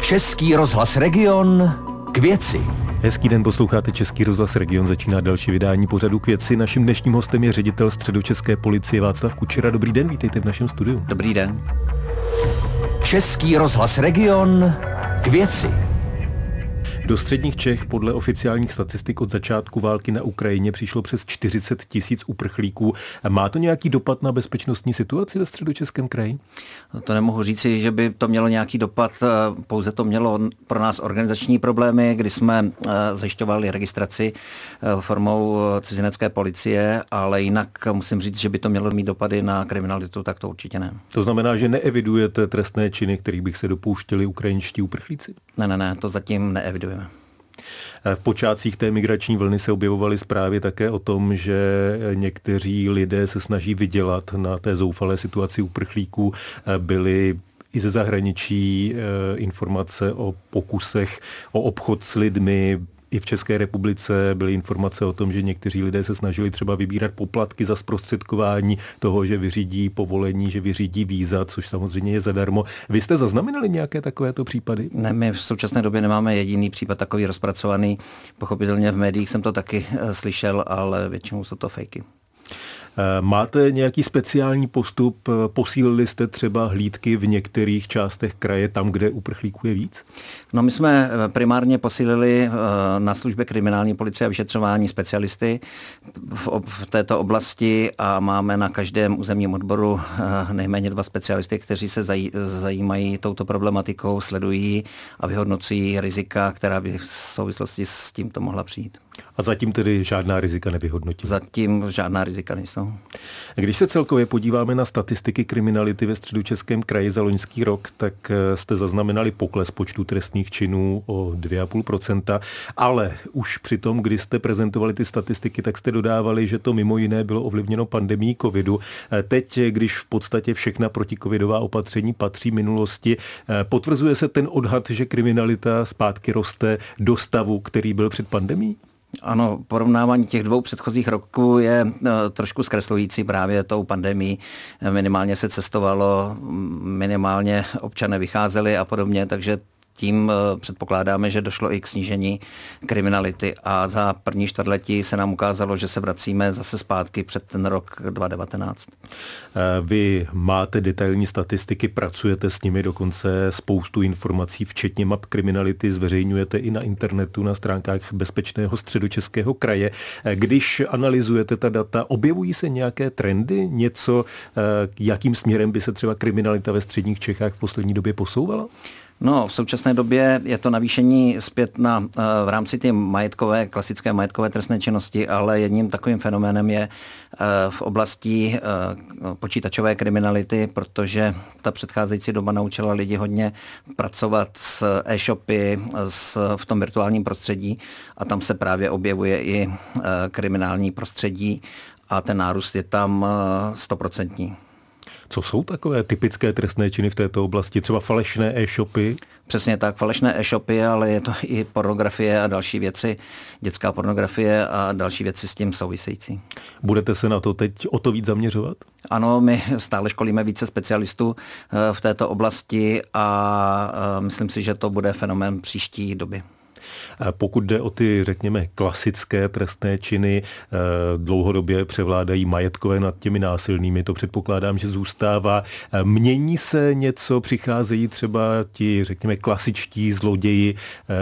Český rozhlas Region k věci. Hezký den, posloucháte Český rozhlas Region, začíná další vydání pořadu K věci. Naším dnešním hostem je ředitel středočeské policie Václav Kučera. Dobrý den, vítejte v našem studiu. Dobrý den. Český rozhlas Region k věci. Do středních Čech podle oficiálních statistik od začátku války na Ukrajině přišlo přes 40 000 uprchlíků. Má to nějaký dopad na bezpečnostní situaci ve Středočeském kraji? To nemohu říci, že by to mělo nějaký dopad, pouze to mělo pro nás organizační problémy, kdy jsme zajišťovali registraci formou cizinecké policie, ale jinak musím říct, že by to mělo mít dopady na kriminalitu, tak to určitě ne. To znamená, že neevidujete trestné činy, kterých bych se dopouštěli ukrajinští uprchlíci? Ne, to zatím neevidujeme. V počátcích té migrační vlny se objevovaly zprávy také o tom, že někteří lidé se snaží vydělat na té zoufalé situaci uprchlíků. Byly i ze zahraničí informace o pokusech o obchod s lidmi. I v České republice byly informace o tom, že někteří lidé se snažili třeba vybírat poplatky za zprostředkování toho, že vyřídí povolení, že vyřídí víza, což samozřejmě je zadarmo. Vy jste zaznamenali nějaké takovéto případy? Ne, my v současné době nemáme jediný případ takový rozpracovaný. Pochopitelně v médiích jsem to taky slyšel, ale většinou jsou to fejky. Máte nějaký speciální postup? Posílili jste třeba hlídky v některých částech kraje, tam, kde uprchlíků je víc? No, my jsme primárně posílili na službě kriminální policie a vyšetřování specialisty v této oblasti a máme na každém územním odboru nejméně 2 specialisty, kteří se zajímají touto problematikou, sledují a vyhodnocují rizika, která by v souvislosti s tímto mohla přijít. A zatím tedy žádná rizika nevyhodnotí? Zatím žádná rizika nejsou. Když se celkově podíváme na statistiky kriminality ve Středočeském kraji za loňský rok, tak jste zaznamenali pokles počtu trestných činů o 2,5%, ale už při tom, kdy jste prezentovali ty statistiky, tak jste dodávali, že to mimo jiné bylo ovlivněno pandemií covidu. Teď, když v podstatě všechna protikovidová opatření patří minulosti, potvrzuje se ten odhad, že kriminalita zpátky roste do stavu, který byl před pandemií? Ano, porovnávání těch 2 předchozích roků je trošku zkreslující právě tou pandemií. Minimálně se cestovalo, minimálně občané vycházeli a podobně, takže tím předpokládáme, že došlo i k snížení kriminality a za první čtvrtletí se nám ukázalo, že se vracíme zase zpátky před ten rok 2019. Vy máte detailní statistiky, pracujete s nimi, dokonce spoustu informací, včetně map kriminality, zveřejňujete i na internetu, na stránkách Bezpečného Středočeského kraje. Když analyzujete ta data, objevují se nějaké trendy, něco, jakým směrem by se třeba kriminalita ve středních Čechách v poslední době posouvala? No, v současné době je to navýšení zpět v rámci té klasické majetkové trestné činnosti, ale jedním takovým fenoménem je v oblasti počítačové kriminality, protože ta předcházející doba naučila lidi hodně pracovat s e-shopy, v tom virtuálním prostředí a tam se právě objevuje i kriminální prostředí a ten nárůst je tam 100%. Co jsou takové typické trestné činy v této oblasti? Třeba falešné e-shopy? Přesně tak, falešné e-shopy, ale je to i pornografie a další věci, dětská pornografie a další věci s tím související. Budete se na to teď o to víc zaměřovat? Ano, my stále školíme více specialistů v této oblasti a myslím si, že to bude fenomén příští doby. Pokud jde o ty, řekněme, klasické trestné činy, dlouhodobě převládají majetkové nad těmi násilnými, to předpokládám, že zůstává. Mění se něco, přicházejí třeba ti, řekněme, klasičtí zloději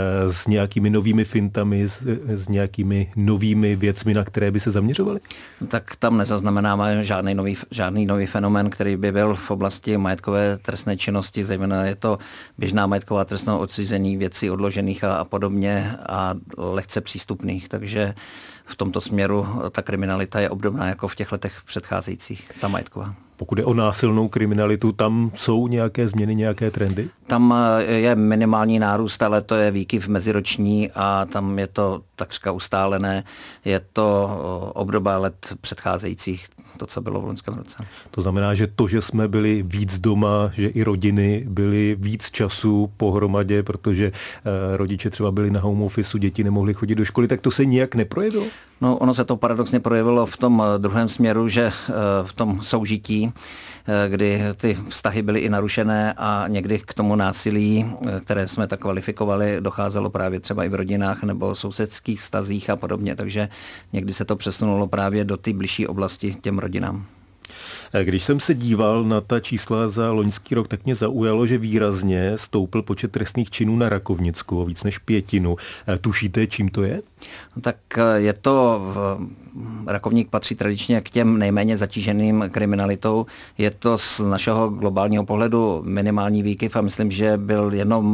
s nějakými novými fintami, s nějakými novými věcmi, na které by se zaměřovali? Tak tam nezaznamenáme žádný nový fenomén, který by byl v oblasti majetkové trestné činnosti, zejména je to běžná majetková trestná odcizení věcí odložených a podobně a lehce přístupných, takže v tomto směru ta kriminalita je obdobná jako v těch letech předcházejících, ta majetková. Pokud je o násilnou kriminalitu, tam jsou nějaké změny, nějaké trendy? Tam je minimální nárůst, ale to je výkyv meziroční a tam je to takřka ustálené. Je to obdoba let předcházejících, to, co bylo v loňském roce. To znamená, že to, že jsme byli víc doma, že i rodiny byly víc času pohromadě, protože rodiče třeba byli na home officeu, děti nemohly chodit do školy, tak to se nijak neprojevilo? No, ono se to paradoxně projevilo v tom druhém směru, že v tom soužití, kdy ty vztahy byly i narušené a někdy k tomu násilí, které jsme tak kvalifikovali, docházelo právě třeba i v rodinách nebo sousedských vztazích a podobně, takže někdy se to přesunulo právě do té bližší oblasti těm rodinám. Když jsem se díval na ta čísla za loňský rok, tak mě zaujalo, že výrazně stoupl počet trestných činů na Rakovnicku o víc než 1/5. Tušíte, čím to je? No, tak je to, Rakovník patří tradičně k těm nejméně zatíženým kriminalitou. Je to z našeho globálního pohledu minimální výkyv a myslím, že byl jenom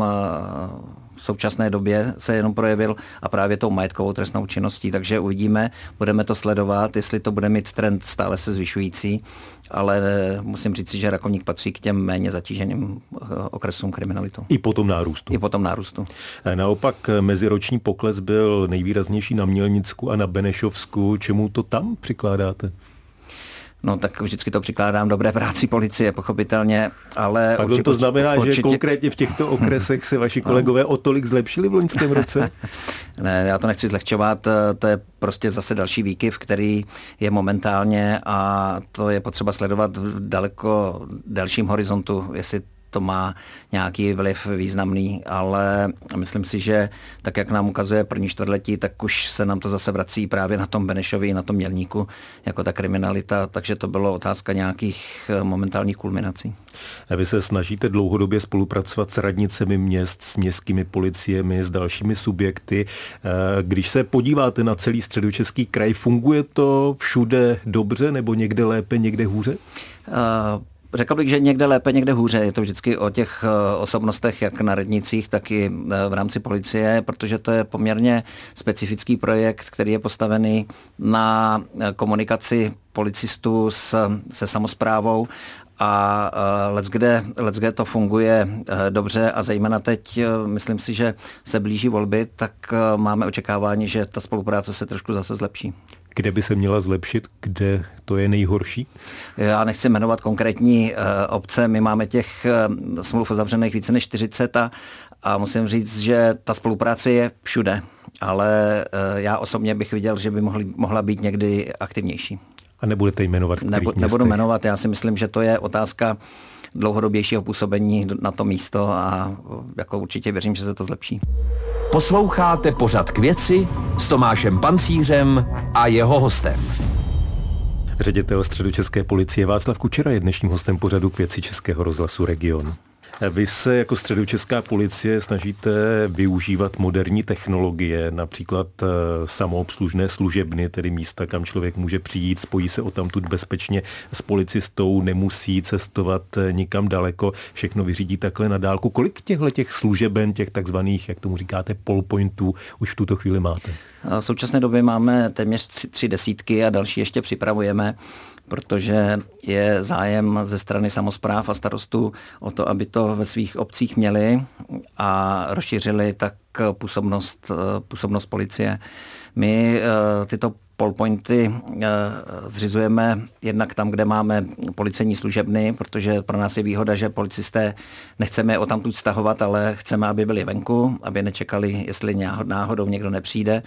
v současné době se jenom projevil a právě tou majetkovou trestnou činností. Takže uvidíme, budeme to sledovat, jestli to bude mít trend stále se zvyšující, ale musím říct, že Rakovník patří k těm méně zatíženým okresům kriminalitou. I po tom nárůstu. I po tom nárůstu. Naopak meziroční pokles byl nejvýraznější na Mělnicku a na Benešovsku. Čemu to tam přikládáte? No tak vždycky to přikládám dobré práci policie, pochopitelně, ale... Pardon, to znamená, že konkrétně v těchto okresech se vaši kolegové o tolik zlepšili v loňském roce? Ne, já to nechci zlehčovat, to je prostě zase další výkyv, který je momentálně a to je potřeba sledovat v daleko delším horizontu, jestli to má nějaký vliv významný, ale myslím si, že tak, jak nám ukazuje první čtvrtletí, tak už se nám to zase vrací právě na tom Benešovi, na tom Mělníku, jako ta kriminalita, takže to bylo otázka nějakých momentálních kulminací. Vy se snažíte dlouhodobě spolupracovat s radnicemi měst, s městskými policiemi, s dalšími subjekty. Když se podíváte na celý Středočeský kraj, funguje to všude dobře nebo někde lépe, někde hůře? Řekl bych, že někde lépe, někde hůře. Je to vždycky o těch osobnostech, jak na radnicích, tak i v rámci policie, protože to je poměrně specifický projekt, který je postavený na komunikaci policistů se samosprávou a leckde to funguje dobře a zejména teď, myslím si, že se blíží volby, tak máme očekávání, že ta spolupráce se trošku zase zlepší. Kde by se měla zlepšit? Kde to je nejhorší? Já nechci jmenovat konkrétní obce. My máme těch smluv uzavřených více než 40 a musím říct, že ta spolupráce je všude, ale já osobně bych viděl, že by mohla být někdy aktivnější. A nebudete jmenovat v kterých městech? Nebudu jmenovat, já si myslím, že to je otázka dlouhodobějšího působení na to místo a jako určitě věřím, že se to zlepší. Posloucháte pořad K věci s Tomášem Pancířem a jeho hostem. Ředitel Středočeské policie Václav Kučera je dnešním hostem pořadu K věci Českého rozhlasu Region. Vy se jako Středočeská policie snažíte využívat moderní technologie, například samoobslužné služebny, tedy místa, kam člověk může přijít, spojí se odtamtud bezpečně s policistou, nemusí cestovat nikam daleko, všechno vyřídí takhle na dálku. Kolik těch služeben, těch takzvaných, jak tomu říkáte, polpointů už v tuto chvíli máte? V současné době máme téměř 30 a další ještě připravujeme, protože je zájem ze strany samospráv a starostů o to, aby to ve svých obcích měli a rozšířili tak působnost policie. My tyto polpointy zřizujeme jednak tam, kde máme policejní služebny, protože pro nás je výhoda, že policisté nechceme je odtamtud stahovat, ale chceme, aby byli venku, aby nečekali, jestli náhodou někdo nepřijde.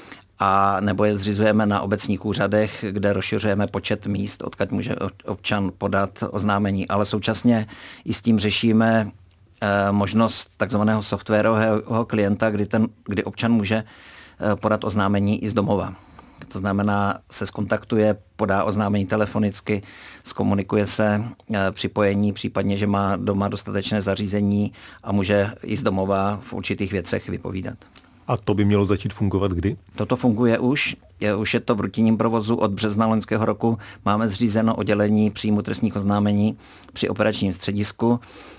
A nebo je zřizujeme na obecních úřadech, kde rozšiřujeme počet míst, odkud může občan podat oznámení. Ale současně i s tím řešíme možnost takzvaného softwarového klienta, kdy občan může podat oznámení i z domova. To znamená, se skontaktuje, podá oznámení telefonicky, zkomunikuje se připojení, případně, že má doma dostatečné zařízení a může i z domova v určitých věcech vypovídat. A to by mělo začít fungovat kdy? Toto funguje už je to v rutinním provozu od března loňského roku. Máme zřízeno oddělení příjmu trestních oznámení při operačním středisku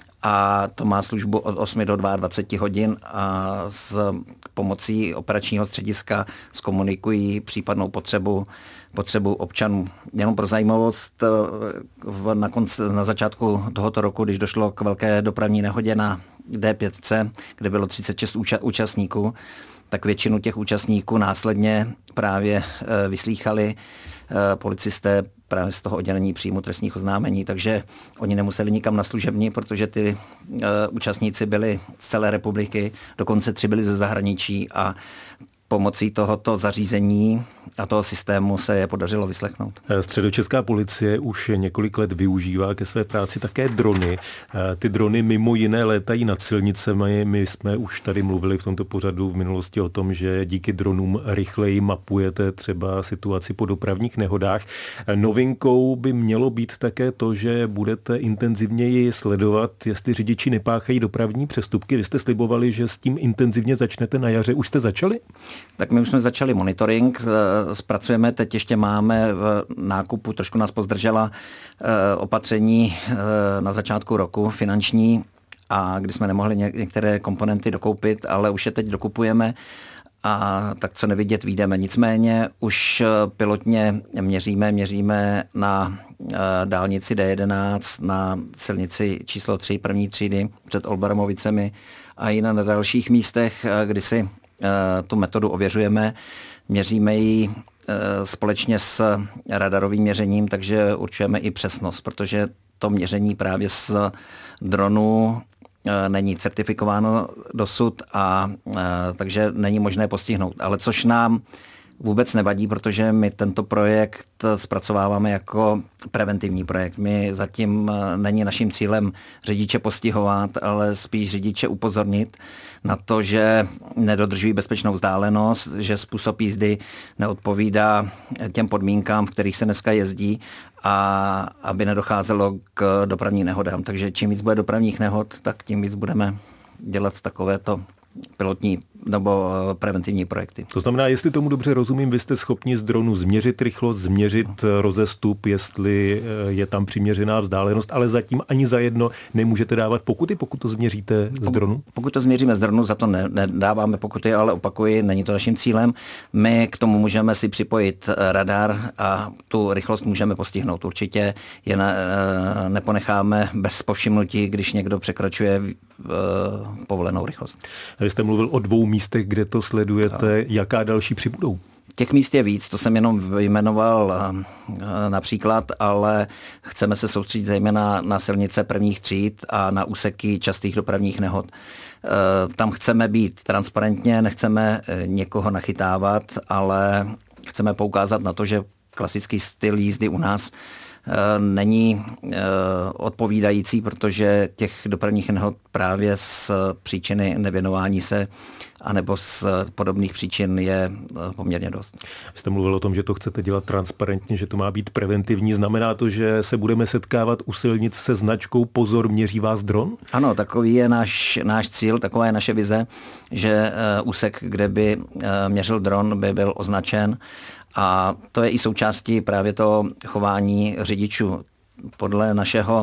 a to má službu od 8 do 22 hodin a s pomocí operačního střediska zkomunikují případnou potřebu občanů. Jenom pro zajímavost, na začátku tohoto roku, když došlo k velké dopravní nehodě na D5, kde bylo 36 účastníků, tak většinu těch účastníků následně právě vyslýchali policisté právě z toho oddělení příjmu trestních oznámení, takže oni nemuseli nikam na služební, protože ty účastníci byli z celé republiky, dokonce 3 byli ze zahraničí a pomocí tohoto zařízení a toho systému se je podařilo vyslechnout. Středočeská policie už několik let využívá ke své práci také drony. Ty drony mimo jiné létají nad silnicemi. My jsme už tady mluvili v tomto pořadu v minulosti o tom, že díky dronům rychleji mapujete třeba situaci po dopravních nehodách. Novinkou by mělo být také to, že budete intenzivněji sledovat, jestli řidiči nepáchají dopravní přestupky. Vy jste slibovali, že s tím intenzivně začnete na jaře. Už jste začali? Tak my už jsme začali monitoring, zpracujeme, teď ještě máme v nákupu, trošku nás pozdržela opatření na začátku roku finanční, a kdy jsme nemohli některé komponenty dokoupit, ale už je teď dokupujeme a tak co nevidět, vyjdeme. Nicméně už pilotně měříme na dálnici D11, na silnici číslo 3 první třídy před Olbramovicemi a i na dalších místech, kdy si tu metodu ověřujeme. Měříme ji společně s radarovým měřením, takže určujeme i přesnost, protože to měření právě z dronu není certifikováno dosud a takže není možné postihnout. Ale což nám vůbec nevadí, protože my tento projekt zpracováváme jako preventivní projekt. My zatím není naším cílem řidiče postihovat, ale spíš řidiče upozornit na to, že nedodržují bezpečnou vzdálenost, že způsob jízdy neodpovídá těm podmínkám, v kterých se dneska jezdí, a aby nedocházelo k dopravním nehodám. Takže čím víc bude dopravních nehod, tak tím víc budeme dělat takovéto pilotní nebo preventivní projekty. To znamená, jestli tomu dobře rozumím, vy jste schopni z dronu změřit rychlost, změřit rozestup, jestli je tam přiměřená vzdálenost, ale zatím ani za jedno nemůžete dávat pokuty, pokud to změříte z dronu? Pokud to změříme z dronu, za to nedáváme pokuty, ale opakuji, není to naším cílem. My k tomu můžeme si připojit radar a tu rychlost můžeme postihnout. Určitě je neponecháme bez povšimnutí, když někdo překračuje povolenou rychlost. Vy jste mluvil o 2 místech, kde to sledujete. Jaká další přibudou? Těch míst je víc, to jsem jenom vyjmenoval například, ale chceme se soustředit zejména na silnice prvních tříd a na úseky častých dopravních nehod. Tam chceme být transparentně, nechceme někoho nachytávat, ale chceme poukázat na to, že klasický styl jízdy u nás není odpovídající, protože těch dopravních nehod právě z příčiny nevěnování se anebo z podobných příčin je poměrně dost. Jste mluvil o tom, že to chcete dělat transparentně, že to má být preventivní. Znamená to, že se budeme setkávat u silnic se značkou Pozor, měří vás dron? Ano, takový je náš cíl, taková je naše vize, že úsek, kde by měřil dron, by byl označen. A to je i součástí právě toho chování řidičů. Podle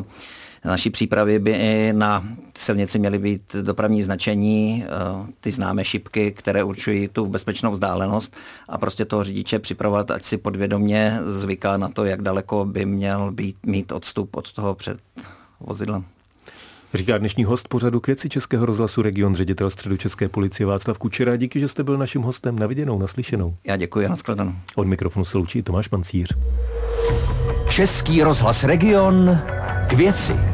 naší přípravy by i na silnici měly být dopravní značení, ty známé šipky, které určují tu bezpečnou vzdálenost a prostě toho řidiče připravovat, ať si podvědomě zvyká na to, jak daleko by měl mít odstup od toho před vozidlem. Říká dnešní host pořadu K věci Českého rozhlasu Region, ředitel Středočeské policie Václav Kučera. Díky, že jste byl naším hostem. Na viděnou, naslyšenou. Já děkuji a nashledanou. Od mikrofonu se loučí Tomáš Pancíř. Český rozhlas Region, K věci.